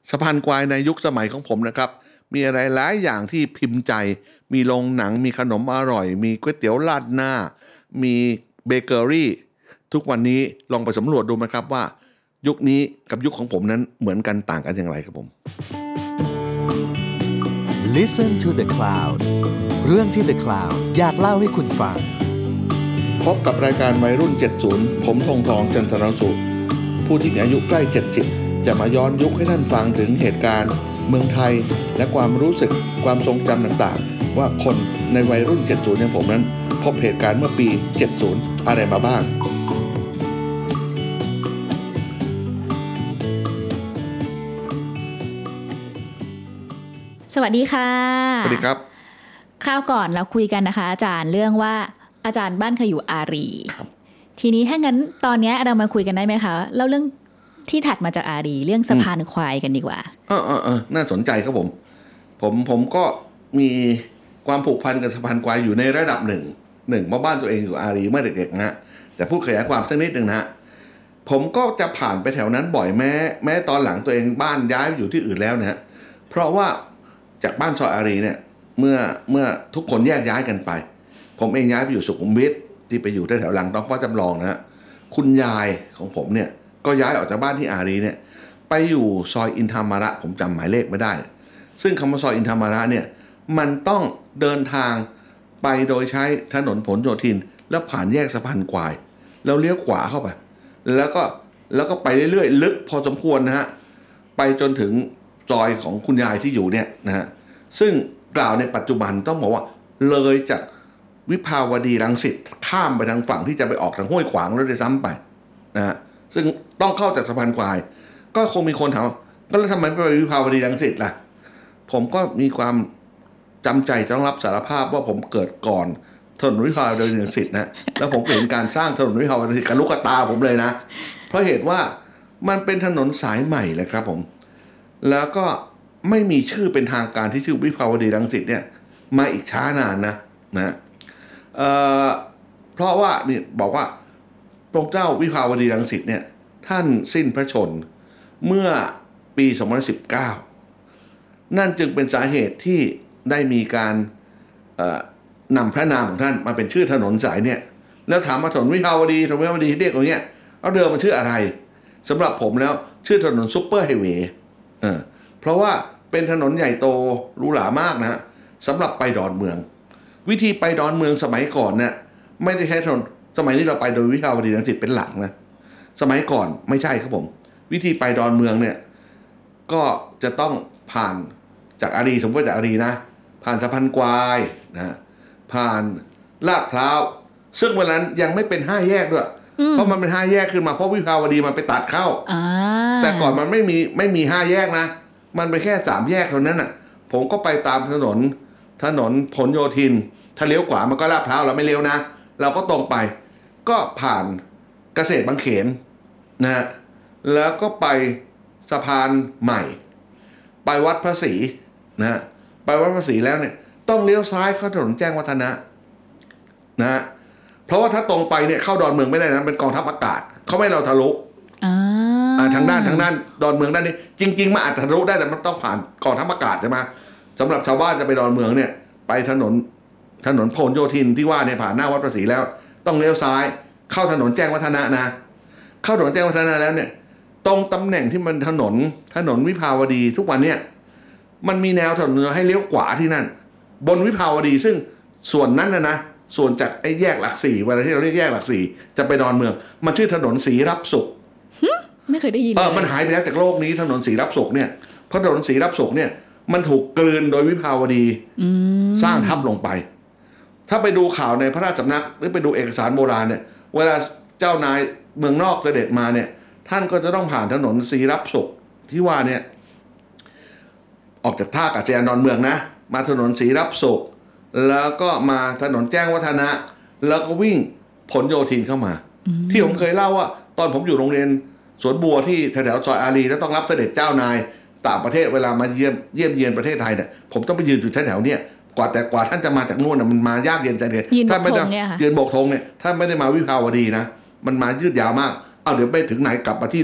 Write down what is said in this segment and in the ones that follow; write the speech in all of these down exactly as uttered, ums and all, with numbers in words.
สะพานควายในยุคสมัยของผมนะครับมีอะไรหลายอย่างที่พิมพ์ใจมีโรงหนังมีขนมอร่อยมีก๋วยเตี๋ยวราดหน้ามีเบเกอรี่ทุกวันนี้ลองไปสำรวจดูไหมครับว่ายุคนี้กับยุคของผมนั้นเหมือนกันต่างกันอย่างไรครับผม Listen to the Cloud เรื่องที่ The Cloud อยากเล่าให้คุณฟังพบกับรายการวัยรุ่นเจ็ดสิบผมธงทองจันทรสุขผู้ที่มีอายุใกล้เจ็ดสิบจะมาย้อนยุคให้ท่านฟังถึงเหตุการณ์เมืองไทยและความรู้สึกความทรงจำต่างๆว่าคนในวัยรุ่นเจ็ดสิบอย่างผมนั้นพบเหตุการณ์เมื่อปีเจ็ดสิบอะไรมาบ้างสวัสดีค่ะสวัสดีครับคราวก่อนเราคุยกันนะคะอาจารย์เรื่องว่าอาจารย์บ้านเคยอยู่อารีทีนี้ถ้างั้นตอนนี้เรามาคุยกันได้ไหมคะเล่าเรื่องที่ถัดมาจากอารีเรื่องสะพานควายกันดีกว่าเออเออเออน่าสนใจครับผมผมผมก็มีความผูกพันกับสะพานควายอยู่ในระดับหนึ่งหนึ่งเพราะบ้านตัวเองอยู่อารีเมื่อเด็กๆนะแต่พูดขยายความสักนิดหนึ่งนะผมก็จะผ่านไปแถวนั้นบ่อยแม้แม้ตอนหลังตัวเองบ้านย้ายอยู่ที่อื่นแล้วนะเพราะว่าจากบ้านซอยอารีเนี่ยเมื่อเมื่อทุกคนแยกย้ายกันไปผมเองย้ายไปอยู่สุขุมวิทที่ไปอยู่แถวหลังต้องฟ้าจำลองนะคุณยายของผมเนี่ยก็ย้ายออกจากบ้านที่อารีเนี่ยไปอยู่ซอยอินทามระผมจำหมายเลขไม่ได้ซึ่งคำว่าซอยอินทามระเนี่ยมันต้องเดินทางไปโดยใช้ถนนผลโยธินแล้วผ่านแยกสะพานควายแล้วเลี้ยวขวาเข้าไปแล้วก็แล้วก็ไปเรื่อยๆลึกพอสมควรนะฮะไปจนถึงซอยของคุณยายที่อยู่เนี่ยนะฮะซึ่งกล่าวในปัจจุบันต้องบอกว่าเลยจากวิภาวดีรังสิตข้ามไปทางฝั่งที่จะไปออกทางห้วยขวางแล้วด้วยซ้ำไปนะฮะซึ่งต้องเข้าจากสะพานควายก็คงมีคนถามก็แล้วทำไมไม่ไปวิภาวดีรังสิตล่ะผมก็มีความจำใจต้องรับสารภาพว่าผมเกิดก่อนถนนวิภาวดีรังสิตนะแล้วผมเห็นการสร้างถนนวิภาวดีรังสิตกับลูกตาผมเลยนะเพราะเหตุว่ามันเป็นถนนสายใหม่เลยครับผมแล้วก็ไม่มีชื่อเป็นทางการที่ชื่อวิภาวดีรังสิตเนี่ยมาอีกช้านานนะนะเอ่อเพราะว่านี่บอกว่าพระเจ้าวิภาวดีรังสิตเนี่ยท่านสิ้นพระชนม์เมื่อปีสองพันสิบเก้านั่นจึงเป็นสาเหตุที่ได้มีการเอ่อนำพระนามของท่านมาเป็นชื่อถนนสายเนี่ยแล้วถามว่าถนนวิภาวดีถนนวิภาวดีเรียกตรงเนี้ยเอาเดิมมันชื่ออะไรสำหรับผมแล้วชื่อถนนซุปเปอร์ไฮเวย์เออเพราะว่าเป็นถนนใหญ่โตหรูหรามากนะสำหรับไปดอนเมืองวิธีไปดอนเมืองสมัยก่อนเนี่ยไม่ได้ใช้ถนนสมัยนี้เราไปโดยวิภาวดีรังสิตเป็นหลักนะสมัยก่อนไม่ใช่ครับผมวิธีไปดอนเมืองเนี่ยก็จะต้องผ่านจากอารีสมมติจากอารีนะผ่านสะพานควายนะผ่านลาดพร้าวซึ่งเวลานั้นยังไม่เป็นห้าแยกด้วยเพราะมันเป็นห้าแยกขึ้นมาเพราะวิภาวดีมันไปตัดเข้าแต่ก่อนมันไม่มีไม่มีห้าแยกนะมันไปแค่สามแยกเท่านั้นน่ะผมก็ไปตามถนนถนนผลโยธินถ้าเลี้ยวขวามันก็ลาดพร้าวเราไม่เลี้ยวนะเราก็ตรงไปก็ผ่านเกษตรบางเขนนะแล้วก็ไปสะพานใหม่ไปวัดพระศรีนะไปวัดพระศรีแล้วเนี่ยต้องเลี้ยวซ้ายเข้าถนนแจ้งวัฒนะนะเพราะว่าถ้าตรงไปเนี่ยเข้าดอนเมืองไม่ได้นะเป็นกองทัพอากาศเขาไม่ให้เราทะลุอ่าทางด้านทางด้านดอนเมืองด้านนี้จริงๆมันอาจจะทะลุได้แต่มันต้องผ่านกองทัพอากาศใช่ไหมสำหรับชาวบ้านจะไปดอนเมืองเนี่ยไปถนนถนนพหลโยธินที่ว่าเนี่ยผ่านหน้าวัดพระศรีแล้วต้องเลี้ยวซ้ายเข้าถนนแจ้งวัฒนะนะเข้าถนนแจ้งวัฒนะแล้วเนี่ยตรงตำแหน่งที่มันถนนถนนวิภาวดีทุกวันเนี่ยมันมีแนวถนนให้เลี้ยวขวาที่นั่นบนวิภาวดีซึ่งส่วนนั้นนะนะส่วนจากไอ้แยกหลักสี่เวลาที่เราเรียกแยกหลักสี่จะไปดอนเมืองมันชื่อถนนศรีรับสุขไม่เคยได้ยินเออมันหายไปแล้วจากโลกนี้ถนนศรีรับสุขเนี่ยเพราะถนนศรีรับสุขเนี่ยมันถูกกลืนโดยวิภาวดีสร้างทับลงไปถ้าไปดูข่าวในพระราชสำนักหรือไปดูเอกสารโบราณเนี่ยเวลาเจ้านายเมืองนอกเสด็จมาเนี่ยท่านก็จะต้องผ่านถนนศรีรับสุขที่ว่าเนี่ยออกจากท่าอากาศยานดอนเมืองนะมาถนนศรีรับสุขแล้วก็มาถนนแจ้งวัฒนะแล้วก็วิ่งผลโยธินเข้ามาที่ผมเคยเล่าว่าตอนผมอยู่โรงเรียนสวนบัวที่แถวๆซอยอารีแล้วต้องรับเสด็จเจ้านายต่างประเทศเวลามาเยี่ยมเยี่ยมเยียนประเทศไทยเนี่ยผมต้องไปยืนอยู่แถวๆเนี่ยกว่าแต่กว่าท่านจะมาจากนู่นน่ะมันมายากเย็นใจเลยถ้าไม่ได้ยืนโบกธงเนี่ยถ้าไม่ได้มาวิภาวดีนะมันมายืดยาวมากเอาเดี๋ยวไปถึงไหนกลับมาที่ราช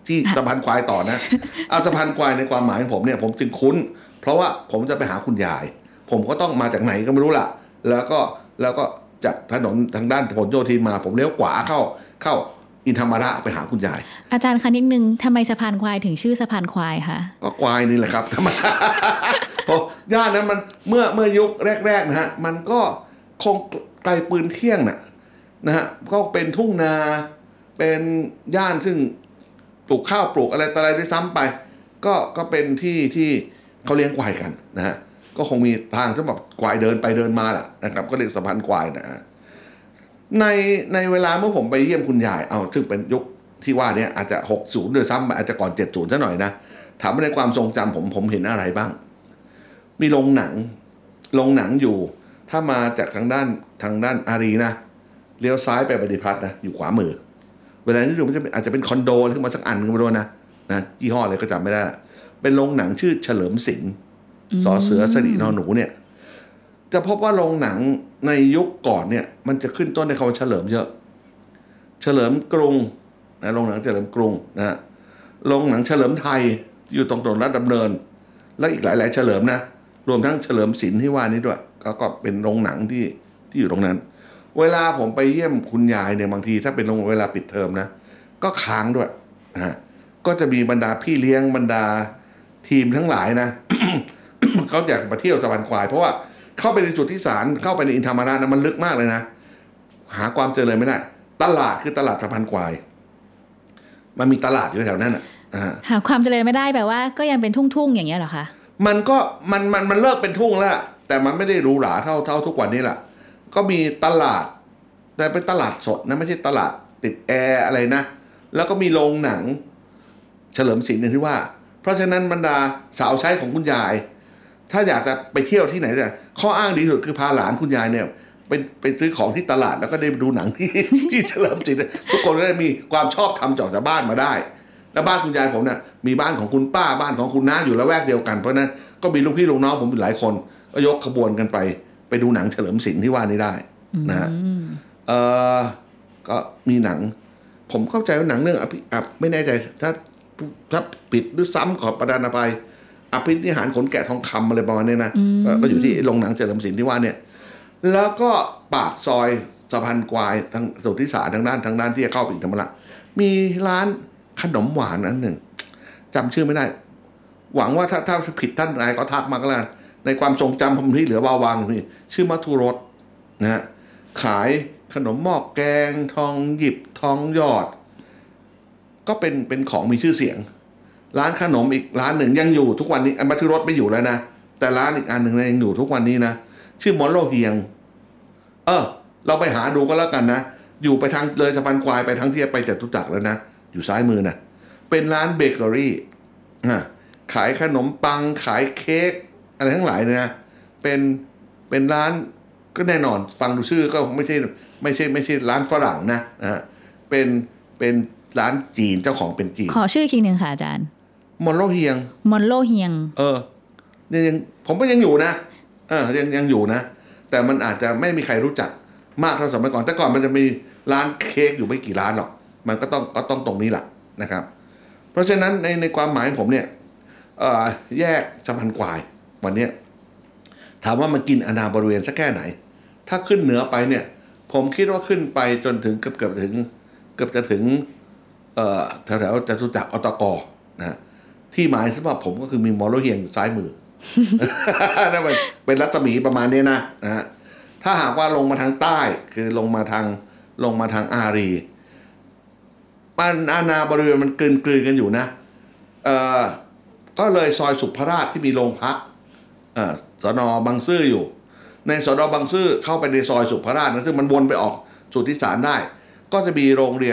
ที่สะพานควายต่อนะเอาสะพานควายในความหมายของผมเนี่ยผมจึงคุ้นเพราะว่าผมจะไปหาคุณยายผมก็ต้องมาจากไหนก็ไม่รู้ล่ะแล้วก็แล้วก็จากถนนทางด้านผลโยธินมาผมเลี้ยวขวาเข้าเข้าอินธรรมระไปหาคุณยายอาจารย์คะนิดนึงทำไมสะพานควายถึงชื่อสะพานควายคะก็ควายนี่แหละครับธรรมดาเพราะย่านนั้นมันเมื่อเมื่อยุคแรกๆนะฮะมันก็คงไกลปืนเที่ยงน่ะนะฮะก็เป็นทุ่งนาเป็นย่านซึ่งปลูกข้าวปลูกอะไรต่ออะไรด้วยซ้ำไปก็ก็เป็นที่ที่เขาเลี้ยงควายกันนะฮะก็คงมีทางสำหรับควายเดินไปเดินมาแหละนะครับก็เรียกสะพานควายนะฮะในในเวลาเมื่อผมไปเยี่ยมคุณยายเอาซึ่งเป็นยุคที่ว่านี้อาจจะหกสิบด้วยซ้ำอาจจะก่อนเจ็ดสิบซะหน่อยนะถามว่าในความทรงจำผมผมเห็นอะไรบ้างมีโรงหนังโรงหนังอยู่ถ้ามาจากทางด้านทางด้านอารีนะเลี้ยวซ้ายไปปฏิพัฒน์นะอยู่ขวามือเวลานี้ดูมันจะอาจจะเป็นคอนโดขึ้นมาสักอันก็ไม่รู้นะนะยี่ห้ออะไรก็จำไม่ได้เป็นโรงหนังชื่อเฉลิมศิลป์สอเสือสรินอหนูเนี่ยจะพบว่าโรงหนังในยุคก่อนเนี่ยมันจะขึ้นต้นในคำว่าเฉลิมเยอะเฉลิมกรุงนะโรงหนังเฉลิมกรุงนะโรงหนังเฉลิมไทยอยู่ตรงถนนลาดดำเนินและอีกหลายๆเฉลิมนะรวมทั้งเฉลิมศิลป์ที่ว่านี้ด้วยก็เป็นโรงหนังที่ที่อยู่ตรงนั้นเวลาผมไปเยี่ยมคุณยายเนี่ยบางทีถ้าเป็นโรงเวลาปิดเทอมนะก็ค้างด้วยนะก็จะมีบรรดาพี่เลี้ยงบรรดาทีมทั้งหลายนะ เขาอยากมาเที่ยวสะพานควายเพราะว่าเข้าไปในจุดที่สารเข้าไปในอินธรรมระนะมันลึกมากเลยนะหาความเจริญไม่ได้ตลาดคือตลาดสะพานควายมันมีตลาดอยู่แถวนั้นอ่ะหาความเจริญไม่ได้แปลว่าก็ยังเป็นทุ่งๆอย่างเงี้ยเหรอคะมันก็มันมันมันเลิกเป็นทุ่งแล้วแต่มันไม่ได้หรูหราเท่าเท่าทุกวันนี้แหละก็มีตลาดแต่เป็นตลาดสดนะไม่ใช่ตลาดติดแอร์อะไรนะแล้วก็มีโรงหนังเฉลิมศิลป์อย่างที่ว่าเพราะฉะนั้นบรรดาสาวใช้ของคุณยายถ้าอยากจะไปเที่ยวที่ไหนเนี่ยข้ออ้างดีที่สุดคือพาหลานคุณยายเนี่ยไปไปซื้อของที่ตลาดแล้วก็ได้ดูหนังที่ที่เฉลิมศิลป์ทุกคนก็ได้มีความชอบทำจากบ้านมาได้แล้วบ้านคุณยายผมเนี่ยมีบ้านของคุณป้าบ้านของคุณน้าอยู่ละแวกเดียวกันเพราะนั้นก็มีลูกพี่ลูกน้องผมหลายคนก็ยกขบวนกันไปไปดูหนังเฉลิมศิลป์ที่ว่านี้ได้นะฮะเออก็มีหนังผมเข้าใจว่าหนังเรื่องอภิอับไม่แน่ใจถ้าถ้าปิดหรือซ้ำขอประทานอภัยอภินิหารขนแกะทองคำอะไรประมาณนี้นะก็อยู่ที่โรงหนังเฉลิมศิลป์ที่ว่าเนี่ยแล้วก็ปากซอยสะพานควายทางสุทธิสารทางด้านทางด้านที่จะเข้าไปอินธรรมระมีร้านขนมหวานอันหนึ่งจำชื่อไม่ได้หวังว่าถ้าถ้าผิดท่านนายก็ทักมาก็แล้วในความทรงจำผมที่เหลือวาวางนี่ชื่อมัทุรสนะฮะขายขนมหม้อแกงทองหยิบทองหยอดก็เป็นเป็นของมีชื่อเสียงร้านขนมอีกร้านหนึ่งยังอยู่ทุกวันนี้มัทุรสไม่อยู่แล้วนะแต่ร้านอีกอันหนึ่งยังอยู่ทุกวันนี้นะชื่อมอนโลเฮียงเออเราไปหาดูก็แล้วกันนะอยู่ไปทางเลยสะพานควายไปทางที่ไปจตุจักรแล้วนะอยู่ซ้ายมือนะเป็นร้านเบเกอรี่อ่ะขายขนมปังขายเค้กอะไรทั้งหลายเลยนะเป็นเป็นร้านก็แน่นอนฟังดูชื่อก็ไม่ใช่ไม่ใช่ไม่ใช่ร้านฝรั่งนะนะเป็นเป็นร้านจีนเจ้าของเป็นจีนขอชื่ออีกทีหนึ่งค่ะอาจารย์มอนโลเฮียงมอนโลเฮียงเออเนี่ยยังผมก็ยังอยู่นะเออยังยังอยู่นะแต่มันอาจจะไม่มีใครรู้จักมากเท่าสมัยก่อนแต่ก่อนมันจะมีร้านเค้กอยู่ไม่กี่ร้านหรอกมันก็ต้องก็ต้องตรงนี้แหละนะครับเพราะฉะนั้นในในความหมายของผมเนี่ยเอ่อแยกสะพานควายวันนี้ถามว่ามันกินอาณาบริเวณสักแค่ไหนถ้าขึ้นเหนือไปเนี่ยผมคิดว่าขึ้นไปจนถึงเกือบเกือบถึงเกือบจะถึงเอ่อแถวๆจตุจักรอตกนะที่หมายสำหรับผมก็คือมีมอลโลเฮียงอยู่ซ้ายมือ นั่นเป็นเป็นรัศมีประมาณนี้นะนะฮะถ้าหากว่าลงมาทางใต้คือลงมาทางลงมาทางอารีมันอาณาบริเวณมันกลืนกลืนกันอยู่นะเอ่อก็เลยซอยสุภราชที่มีโรงพักเอ่อสน.บางซื่ออยู่ในสน.บางซื่อเข้าไปในซอยสุภราชนะซึ่งมันวนไปออกสุทธิสารได้ก็จะมีโรงเรียน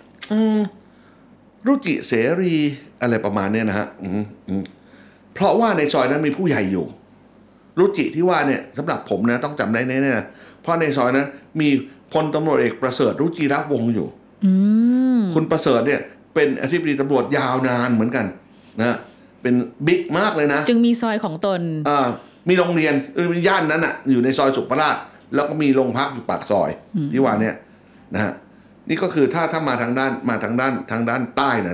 รุจิเสรีอะไรประมาณนี้นะฮะเพราะว่าในซอยนั้นมีผู้ใหญ่อยู่รุจิที่ว่าเนี่ยสำหรับผมนะต้องจำได้แน่ๆนะเพราะในซอยนั้นมีพลตำรวจเอกประเสริฐรุจิรวงศ์อยู่คุณประเสริฐเนี่ยเป็นอธิบดีตำรวจยาวนานเหมือนกันนะเป็นบิ๊กมากเลยนะจึงมีซอยของตนอ่ามีโรงเรียนเออย่านนั้นอ่ะอยู่ในซอยสุภราชแล้วก็มีโรงพักอยู่ปากซอยที่ว่าเนี่ยนะฮะนี่ก็คือถ้าถ้ามาทางด้านมาทางด้านทางด้านใต้นะนะท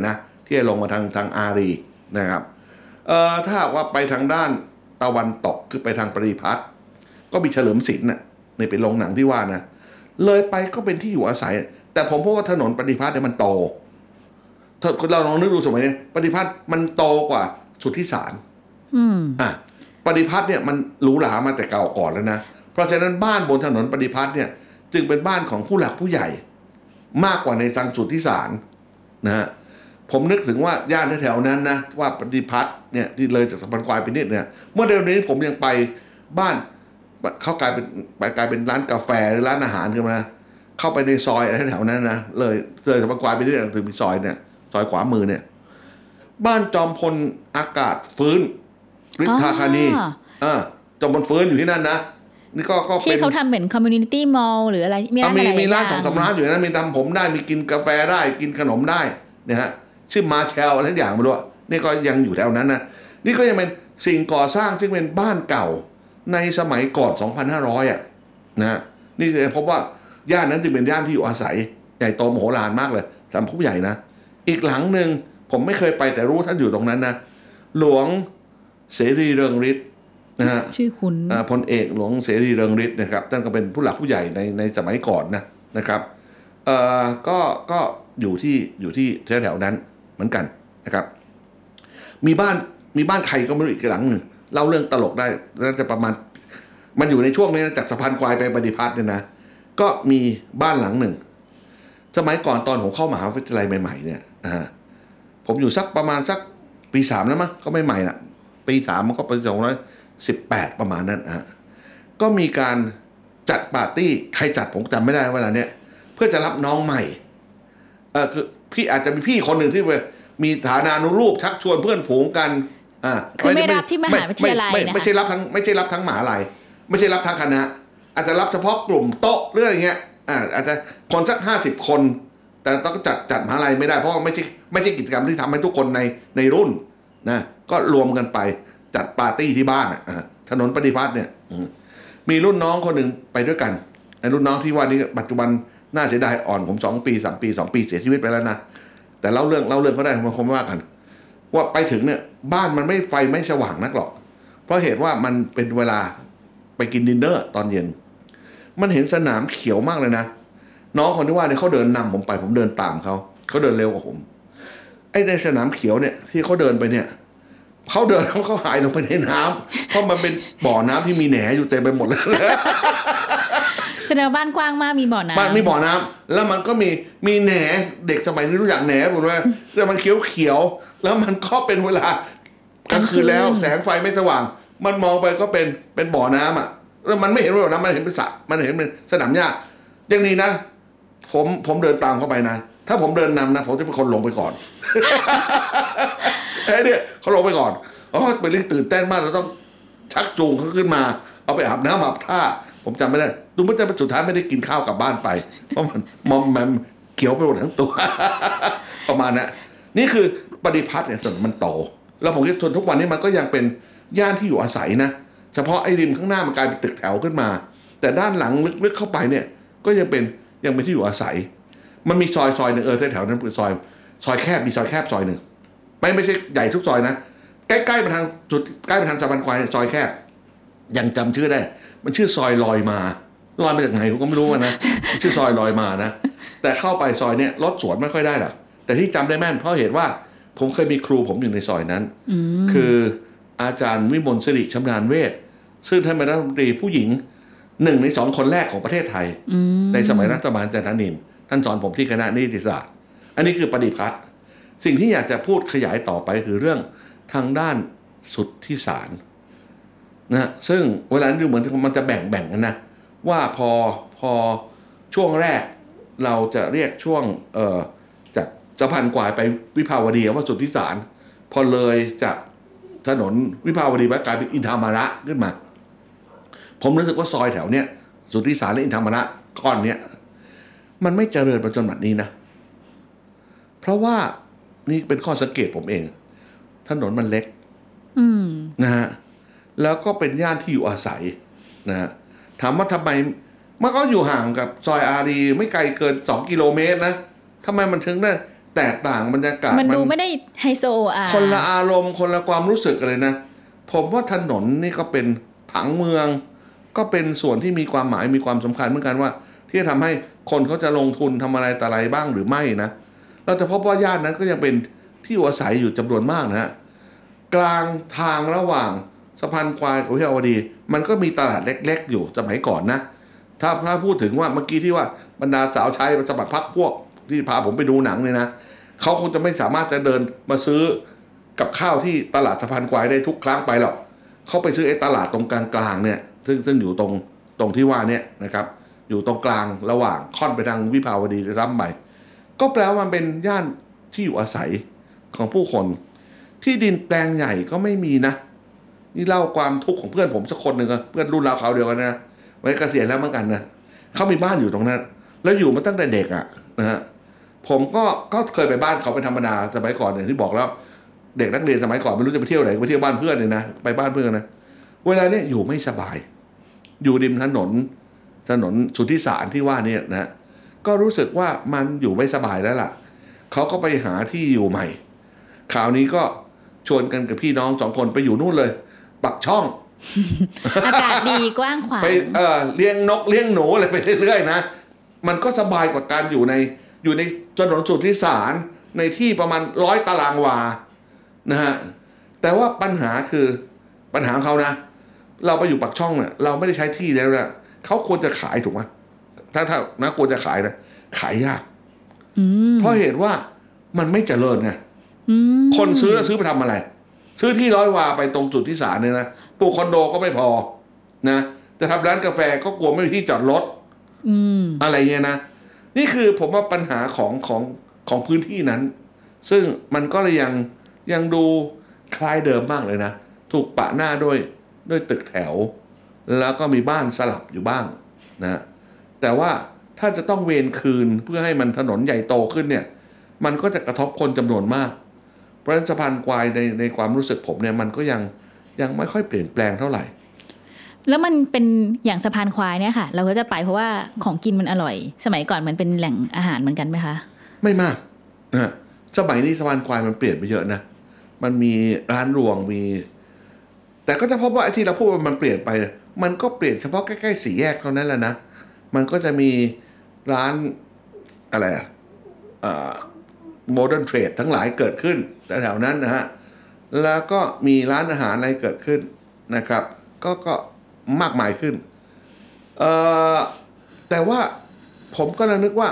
ที่จะลงมาทางทางอารีนะครับเอ่อถ้าว่าไปทางด้านตะวันตกคือไปทางปริพัฒน์ก็มีเฉลิมศิลป์น่ะในเป็นโรงหนังที่ว่านะเลยไปก็เป็นที่อยู่อาศัยแต่ผมพบว่าถนนปฏิพัฒน์เนี่ยมันโตเราลองนึกดูสมัยนี้ปฏิพัฒน์มันโตกว่าสุทธิสารอืมอ่ะปฏิพัฒน์เนี่ยมันหรูหรามาแต่เก่าก่อนแล้วนะเพราะฉะนั้นบ้านบนถนนปฏิพัฒน์เนี่ยจึงเป็นบ้านของผู้หลักผู้ใหญ่มากกว่าในทางสุทธิสารนะฮะผมนึกถึงว่าย่านแถวๆนั้นนะว่าปฏิพัฒน์เนี่ยที่เลยจากสะพานควายไปนิดเนี่ยเมื่อเดือนนี้ผมยังไปบ้านเขากลายเป็นกลายเป็นร้านกาแฟหรือร้านอาหารขึ้นมาเข้าไปในซอยแถวๆนั้นนะเลยเลยสะพานควายไปนิดถึงมีซอยเนี่ยซอยขวามือเนี่ยบ้านจอมพลอากาศฟื้นฤทธาคานีอ่าจอมพลฟื้นอยู่ที่นั่นนะนี่ก็ก็ที่เขาทำเหมือนคอมมูนิตี้มอลล์หรืออะไรมีมีมีร้านสองสามร้านอยู่นะมีทำผมได้มีกินกาแฟได้กินขนมได้เนี่ยฮะชื่อมาแชลอะไรทุกอย่างไม่รู้นี่ก็ยังอยู่แถวนั้นนะนี่ก็ยังเป็นสิ่งก่อสร้างซึ่งเป็นบ้านเก่าในสมัยก่อน สองพันห้าร้อย อ่ะนะนี่คือพบว่าย่านนั้นจึงเป็นย่านที่อยู่อาศัยใหญ่โตมโหฬารมากเลยสำหรับผู้ใหญ่นะอีกหลังหนึ่งผมไม่เคยไปแต่รู้ท่านอยู่ตรงนั้นนะหลวงเสรีเรืองฤทธิ์นะฮะชื่อคุณพลเอกหลวงเสรีเรืองฤทธิ์นะครับท่านก็เป็นผู้หลักผู้ใหญ่ในในสมัยก่อนนะนะครับเอ่อก็ก็อยู่ที่อยู่ที่แถวๆนั้นเหมือนกันนะครับมีบ้านมีบ้านใครก็ไม่รู้อีกหลังนึงเล่าเรื่องตลกได้น่าจะประมาณมันอยู่ในช่วงนี้จากสะพานควายไปปฏิพัฒน์เนี่ยนะก็มีบ้านหลังหนึ่งสมัยก่อนตอนผมเข้ามหาวิทยาลัยใหม่ๆเนี่ยนะฮะผมอยู่สักประมาณสักปีสามแล้วมั้งก็ไม่ใหม่ละปีสามมันก็ปีสองร้อยสิบแปดประมาณนั้นฮะก็มีการจัดปาร์ตี้ใครจัดผมจำไม่ได้เวลาเนี้ยเพื่อจะรับน้องใหม่เออคือพี่อาจจะมีพี่คนหนึ่งที่มีฐานานุรูปชักชวนเพื่อนฝูงกันอ่าคือไม่รับที่มหาวิทยาลัยนะไม่ใช่รับทั้งไม่ใช่รับทั้งมหาลัยไม่ใช่รับทั้งคณะอาจจะรับเฉพาะกลุ่มโต๊ะเรื่องอย่างเงี้ยอ่าอาจจะคนสักห้าสิบคนแต่ต้องจัดจัดมหาลัยไม่ได้เพราะว่าไม่ใช่ไม่ใช่กิจกรรมที่ทำให้ทุกคนในในรุ่นนะก็รวมกันไปจัดปาร์ตี้ที่บ้านอ่ะถนนปฏิพัฒน์เนี่ยมีรุ่นน้องคนหนึ่งไปด้วยกันไอ้รุ่นน้องที่ว่านี้ปัจจุบันน่าเสียดายอ่อนผมสองปีสามปีสองปีเสียชีวิตไปแล้วนะแต่เล่าเรื่องเล่าเรื่องเขาได้มันคงว่ากันว่าไปถึงเนี่ยบ้านมันไม่ไฟไม่สว่างนักหรอกเพราะเหตุว่ามันเป็นเวลาไปกินดินเนอร์ตอนเย็นมันเห็นสนามเขียวมากเลยนะน้องคนที่ว่าเนี่ยเขาเดินนำผมไปผมเดินตามเขาเขาเดินเร็วกว่าผมไอ้ในสนามเขียวเนี่ยที่เขาเดินไปเนี่ยเขาเดินแล้วเขาหายลงไปในน้ำเพราะมันเป็นบ่อน้ำที่มีแหนอยู่เต็มไปหมดเลยแสดงบ้านกว้างมากมีบ่อน้ำบ้านมีบ่อน้ำแล้วมันก็มีมีแหนเด็กสมัยนี้รู้จักแหนผมว่าแต่มันเขียวเขียวแล้วมันก็เป็นเวลากลางคืนแล้วแสงไฟไม่สว่างมันมองไปก็เป็นเป็นบ่อน้ำอ่ะแล้วมันไม่เห็นบ่อน้ำมันเห็นเป็นสระมันเห็นเป็นสนามหญ้าอย่างนี้นะผมผมเดินตามเข้าไปนะถ้าผมเดินนำนะผมจะเป็นคนลงไปก่อนไอ้เนี่ยเขาลงไปก่อนอ๋อเป็นเรื่องตื่นเต้นมากเราต้องชักจูงเขาขึ้นมาเอาไปอาบน้ำอาบท่าผมจำไม่ได้ดูมันจะเป็นสุดท้ายไม่ได้กินข้าวกลับบ้านไปเพราะมันมอมแมมเขียวไปหมดทั้งตัวประมาณนั้นนี่คือปฏิพัฒน์เนี่ยส่วนมันโตแล้วผมคิดทนทุกวันนี้มันก็ยังเป็นย่านที่อยู่อาศัยนะเฉพาะไอ้ริมข้างหน้ามันกลายเป็นตึกแถวขึ้นมาแต่ด้านหลังลึกๆเข้าไปเนี่ยก็ยังเป็นยังเป็นที่อยู่อาศัยมันมีซอยซอยหนึ่งเออแถวๆนั้นเป็นซอยซอยแคบมีซอยแคบซอยหนึ่งไม่ไม่ใช่ใหญ่ทุกซอยนะใกล้ๆไปทางจุดใกล้ไปทางสะพานควายซอยแคบยังจำชื่อได้มันชื่อซอยลอยมาลอยมาจากไหนผมก็ไม่รู้นะชื่อซอยลอยมานะแต่เข้าไปซอยเนี้ยรถสวนไม่ค่อยได้หรอกแต่ที่จำได้แม่นเพราะเหตุว่าผมเคยมีครูผมอยู่ในซอยนั้นคืออาจารย์วิมลสิริชำนาญเวชซึ่งท่านเป็นรัฐมนตรีผู้หญิงหนึ่งในสองคนแรกของประเทศไทยในสมัยรัฐบาลจันทนินท่านสอนผมที่คณะนิติศาสตร์อันนี้คือปฏิพัฒน์สิ่งที่อยากจะพูดขยายต่อไปคือเรื่องทางด้านสุทธิสารนะซึ่งเวลาดูเหมือนมันจะแบ่งๆกันนะว่าพอพอช่วงแรกเราจะเรียกช่วงเอ่อจากสะพานควายไปวิภาวดีว่าสุทธิสารพอเลยจากถนนวิภาวดีไปกลายเป็นอินทามระขึ้นมาผมรู้สึกว่าซอยแถวเนี้ยสุทธิสารและอินทามระก้อนเนี้ยมันไม่เจริญไปจนบัดนี้นะเพราะว่านี่เป็นข้อสังเกตผมเองถนนมันเล็กนะฮะแล้วก็เป็นย่านที่อยู่อาศัยนะฮะถามว่าทำไมมันก็อยู่ห่างกับซอยอารีไม่ไกลเกินสองกิโลเมตรนะทำไมมันถึงได้แตกต่างบรรยากาศมันดูไม่ได้ไฮโซอ่ะคนละอารมณ์คนละความรู้สึกเลยนะผมว่าถนนนี่ก็เป็นผังเมืองก็เป็นส่วนที่มีความหมายมีความสำคัญเหมือนกันว่าที่จะทำให้คนเขาจะลงทุนทำอะไรต่ออะไรบ้างหรือไม่นะเราจะพบว่าย่านนั้นก็ยังเป็นที่อยู่อาศัยอยู่จำนวนมากนะฮะกลางทางระหว่างสะพานควายกับวิภาวดีมันก็มีตลาดเล็กๆอยู่สมัยก่อนนะถ้าถ้าพูดถึงว่าเมื่อกี้ที่ว่าบรรดาสาวใช้สมัครพรรคพวกที่พาผมไปดูหนังเนี่ยนะเขาคงจะไม่สามารถจะเดินมาซื้อกับข้าวที่ตลาดสะพานควายได้ทุกครั้งไปหรอกเขาไปซื้อไอ้ตลาดตรงกลางๆเนี่ยซึ่งซึ่งอยู่ตรงตรงที่ว่าเนี่ยนะครับอยู่ตรงกลางระหว่างค่อนไปทางวิภาวดีซ้ำไปก็แปลว่ามันเป็นย่านที่อยู่อาศัยของผู้คนที่ดินแปลงใหญ่ก็ไม่มีนะนี่เล่าความทุกข์ของเพื่อนผมสักคนหนึ่งเพื่อนรุ่นราวคราวเดียวกันนะไว้เกษียณแล้วเหมือนกันนะเขามีบ้านอยู่ตรงนั้นแล้วอยู่มาตั้งแต่เด็กอ่ะนะฮะผมก็ก็เคยไปบ้านเขาเป็นธรรมดาสมัยก่อนอย่างที่บอกแล้วเด็กนักเรียนสมัยก่อนไม่รู้จะไปเที่ยวไหนไปเที่ยวบ้านเพื่อนเลยนะไปบ้านเพื่อนนะเวลาเนี้ยอยู่ไม่สบายอยู่ริมถนนถนนสุทธิสารที่ว่านี่นะก็รู้สึกว่ามันอยู่ไม่สบายแล้วล่ะเขาก็ไปหาที่อยู่ใหม่คราวนี้ก็ชวนกันกับพี่น้องสองคนไปอยู่นู่นเลยปักช่องอากาศดีกว้างขวางไปเอ่อเลี้ยงนกเลี้ยงหนูอะไรไปเรื่อยๆนะมันก็สบายกว่าการอยู่ในอยู่ในถนนสุทธิสารในที่ประมาณร้อยตารางวานะฮะแต่ว่าปัญหาคือปัญหาของเขานะเราไปอยู่ปักช่องเนี่ยเราไม่ได้ใช้ที่แล้วนะเขาควรจะขายถูกไหมถ้าถ้านะควรจะขายนะขายยากเพราะเหตุว่ามันไม่เจริญไงคนซื้อแล้วซื้อไปทำอะไรซื้อที่ร้อยวาไปตรงจุดที่สารเนี่ยนะปลูกคอนโดก็ไม่พอนะจะทำร้านกาแฟก็กลัวไม่มีที่จอดรถอะไรเงี้ยนะนี่คือผมว่าปัญหาของของของพื้นที่นั้น ซึ่งมันก็เลยยังยังดูคล้ายเดิมมากเลยนะถูกปะหน้าด้วยด้วยตึกแถวแล้วก็มีบ้านสลับอยู่บ้างนะแต่ว่าถ้าจะต้องเวรคืนเพื่อให้มันถนนใหญ่โตขึ้นเนี่ยมันก็จะกระทบคนจำนวนมากเพราะฉะนั้นสะพานควายในในความรู้สึกผมเนี่ยมันก็ยังยังไม่ค่อยเปลี่ยนแปลงเท่าไหร่แล้วมันเป็นอย่างสะพานควายเนี่ยค่ะเราก็จะไปเพราะว่าของกินมันอร่อยสมัยก่อนมันเป็นแหล่งอาหารเหมือนกันไหมคะไม่มากนะสมัยนี้สะพานควายมันเปลี่ยนไปเยอะนะมันมีร้านรวงมีแต่ก็จะพบว่าไอ้ที่เราพูดว่ามันเปลี่ยนไปมันก็เปลี่ยนเฉพาะใกล้ๆสี่แยกเท่านั้นแหละนะมันก็จะมีร้านอะไรอ่ะโมเดิร์นเทรดทั้งหลายเกิดขึ้นแถวๆนั้นนะฮะแล้วก็มีร้านอาหารอะไรเกิดขึ้นนะครับก็ก็มากมายขึ้นเอ่อแต่ว่าผมก็นึกว่า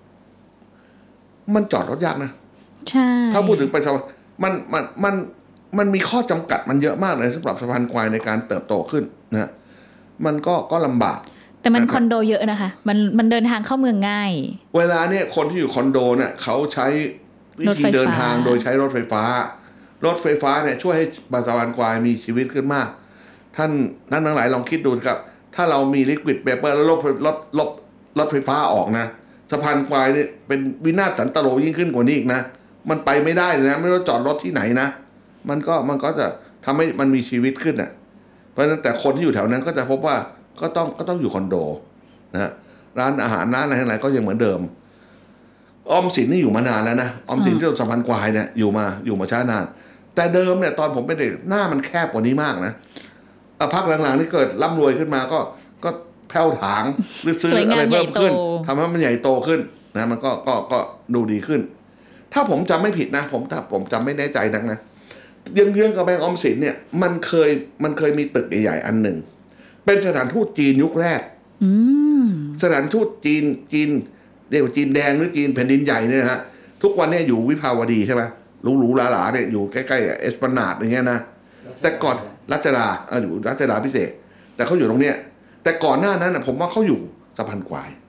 มันจอดรถยากนะใช่ถ้าพูดถึงไปสะพานมันมันมันมันมีข้อจำกัดมันเยอะมากเลยสำหรับสะพานควายในการเติบโตขึ้นนะมันก็ก็ลำบากแต่มันคอนโดเยอะนะคะมันมันเดินทางเข้าเมืองง่ายเวลาเนี่ยคนที่อยู่คอนโดเนี่ยเขาใช้วิธีเดินทางโดยใช้รถไฟฟ้ารถไฟฟ้าเนี่ยช่วยให้สะพานควายมีชีวิตขึ้นมากท่านท่านทั้งหลายลองคิดดูครับถ้าเรามีลิควิดเปเปอร์แล้วลบรถลบรถไฟฟ้าออกนะสะพานควายเนี่ยเป็นวินาศสันตโลยิ่งขึ้นกว่านี้อีกนะมันไปไม่ได้เลยนะไม่รู้จอดรถที่ไหนนะมันก็มันก็จะทำให้มันมีชีวิตขึ้นอ่ะเพราะฉะนั้นแต่คนที่อยู่แถวนั้นก็จะพบว่าก็ต้องก็ต้องอยู่คอนโดนะร้านอาหารร้านอะไรทั้งหลายก็ยังเหมือนเดิมออมสินนี่อยู่มานานแล้วนะออมสินที่สะพานควายเนี่ยอยู่มาอยู่มาช้านานแต่เดิมเนี่ยตอนผมเป็นเด็กหน้ามันแคบกว่านี้มากนะพักหลังๆนี่เกิดร่ำรวยขึ้นมาก็ก็แผ่วถางหรือซื้ออะไรเพิ่มขึ้นทำให้มันใหญ่โตขึ้นนะมันก็ก็ก็ดูดีขึ้นถ้าผมจำไม่ผิดนะผมถ้าผมจำไม่แน่ใจนักนะเยื้องๆกับแบงก์ออมสินเนี่ยมันเคยมันเคยมีตึกใหญ่ๆอันหนึ่งเป็นสถานทูตจีนยุคแรกสถานทูตจีนจีนเรียกว่าจีนแดงหรือจีนแผ่นดินใหญ่เนี่ยนะฮะทุกวันเนี่ยอยู่วิภาวดีใช่ไหมหรูๆหราๆเนี่ยอยู่ใกล้ๆเอสพลานาดอย่างเงี้ยนะแต่ก่อนรัชดาเอออยู่รัชดาพิเศษแต่เขาอยู่ตรงเนี้ยแต่ก่อนหน้านั้นนะผมว่าเขาอยู่สะพานควาย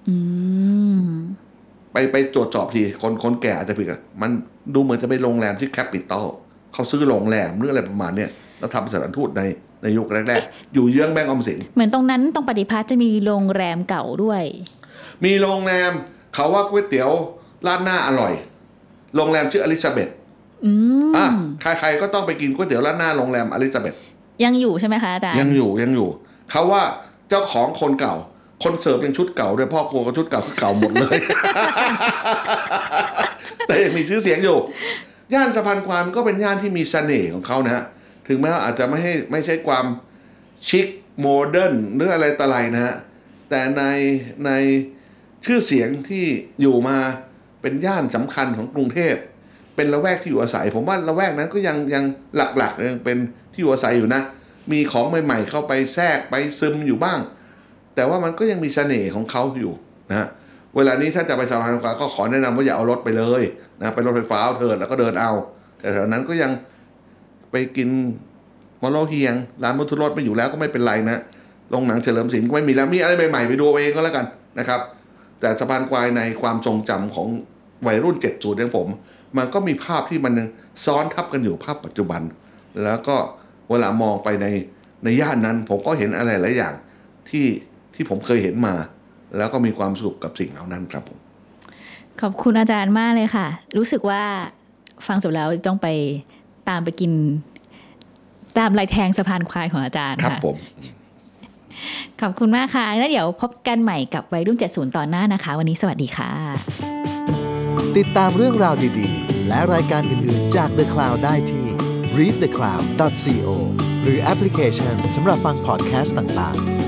ไปไปตรวจสอบทีคนคนแก่อาจจะผิดกันมันดูเหมือนจะเป็นโรงแรมที่แคปิตอลเขาซื้อโรงแรมหรืออะไรประมาณเนี้ยแล้วทำสถานทูตในในยุคแรกๆอยู่เยื้องแบงก์ออมสินเหมือนตรงนั้นตรงปฏิพัฒน์จะมีโรงแรมเก่าด้วยมีโรงแรมเขาว่าก๋วยเตี๋ยวร้านหน้าอร่อยโรงแรมชื่ออลิซาเบธอ่ะใครๆก็ต้องไปกินก๋วยเตี๋ยวร้านหน้าโรงแรมอลิซาเบธยังอยู่ใช่ไหมคะอาจารย์ยังอยู่ยังอยู่เขาว่าเจ้าของคนเก่าคนเสิร์ฟเป็นชุดเก่าด้วยพ่อครัวก็ชุดเก่าคือเก่าหมดเลยแต่ยังมีชื่อเสียงอยู่ย่านสะพานควายมันก็เป็นย่านที่มีเสน่ห์ของเขานะฮะถึงแม้ว่าอาจจะไม่ให้ไม่ใช่ความชิคโมเดิร์นหรืออะไรต่ออะไรนะฮะแต่ในในชื่อเสียงที่อยู่มาเป็นย่านสำคัญของกรุงเทพเป็นละแวกที่อยู่อาศัยผมว่าละแวกนั้นก็ยังยังหลักๆยังเป็นที่อยู่อาศัยอยู่นะมีของใหม่ๆเข้าไปแทรกไปซึมอยู่บ้างแต่ว่ามันก็ยังมีเสน่ห์ของเขาอยู่นะฮะเวลานี้ถ้าจะไปสะพานควายก็ขอแนะนำว่าอย่าเอารถไปเลยนะไปรถไฟฟ้าเอาเถิดแล้วก็เดินเอาแต่แถวนั้นก็ยังไปกินมอลโลเฮียงร้านมุทุรสไม่อยู่แล้วก็ไม่เป็นไรนะโรงหนังเฉลิมศิลป์ก็ไม่มีแล้วมีอะไรใหม่ๆไปดูเองก็แล้วกันนะครับแต่สะพานควายในความทรงจำของวัยรุ่นเจ็ดสิบอย่างผมมันก็มีภาพที่มันซ้อนทับกันอยู่ภาพปัจจุบันแล้วก็เวลามองไปในในย่านนั้นผมก็เห็นอะไรหลายอย่างที่ที่ผมเคยเห็นมาแล้วก็มีความสุขกับสิ่งเหล่านั้นครับผมขอบคุณอาจารย์มากเลยค่ะรู้สึกว่าฟังจบแล้วต้องไปตามไปกินตามลายแทงสะพานควายของอาจารย์ครับผมขอบคุณมากค่ะแล้วเดี๋ยวพบกันใหม่กับวัยรุ่นเจ็ดสิบตอนหน้านะคะวันนี้สวัสดีค่ะติดตามเรื่องราวดีๆและรายการอื่นๆจาก The Cloud ได้ที่ รีด เดอะ คลาวด์ ดอท ซี โอ หรือแอปพลิเคชันสำหรับฟังพอดแคสต์ต่างๆ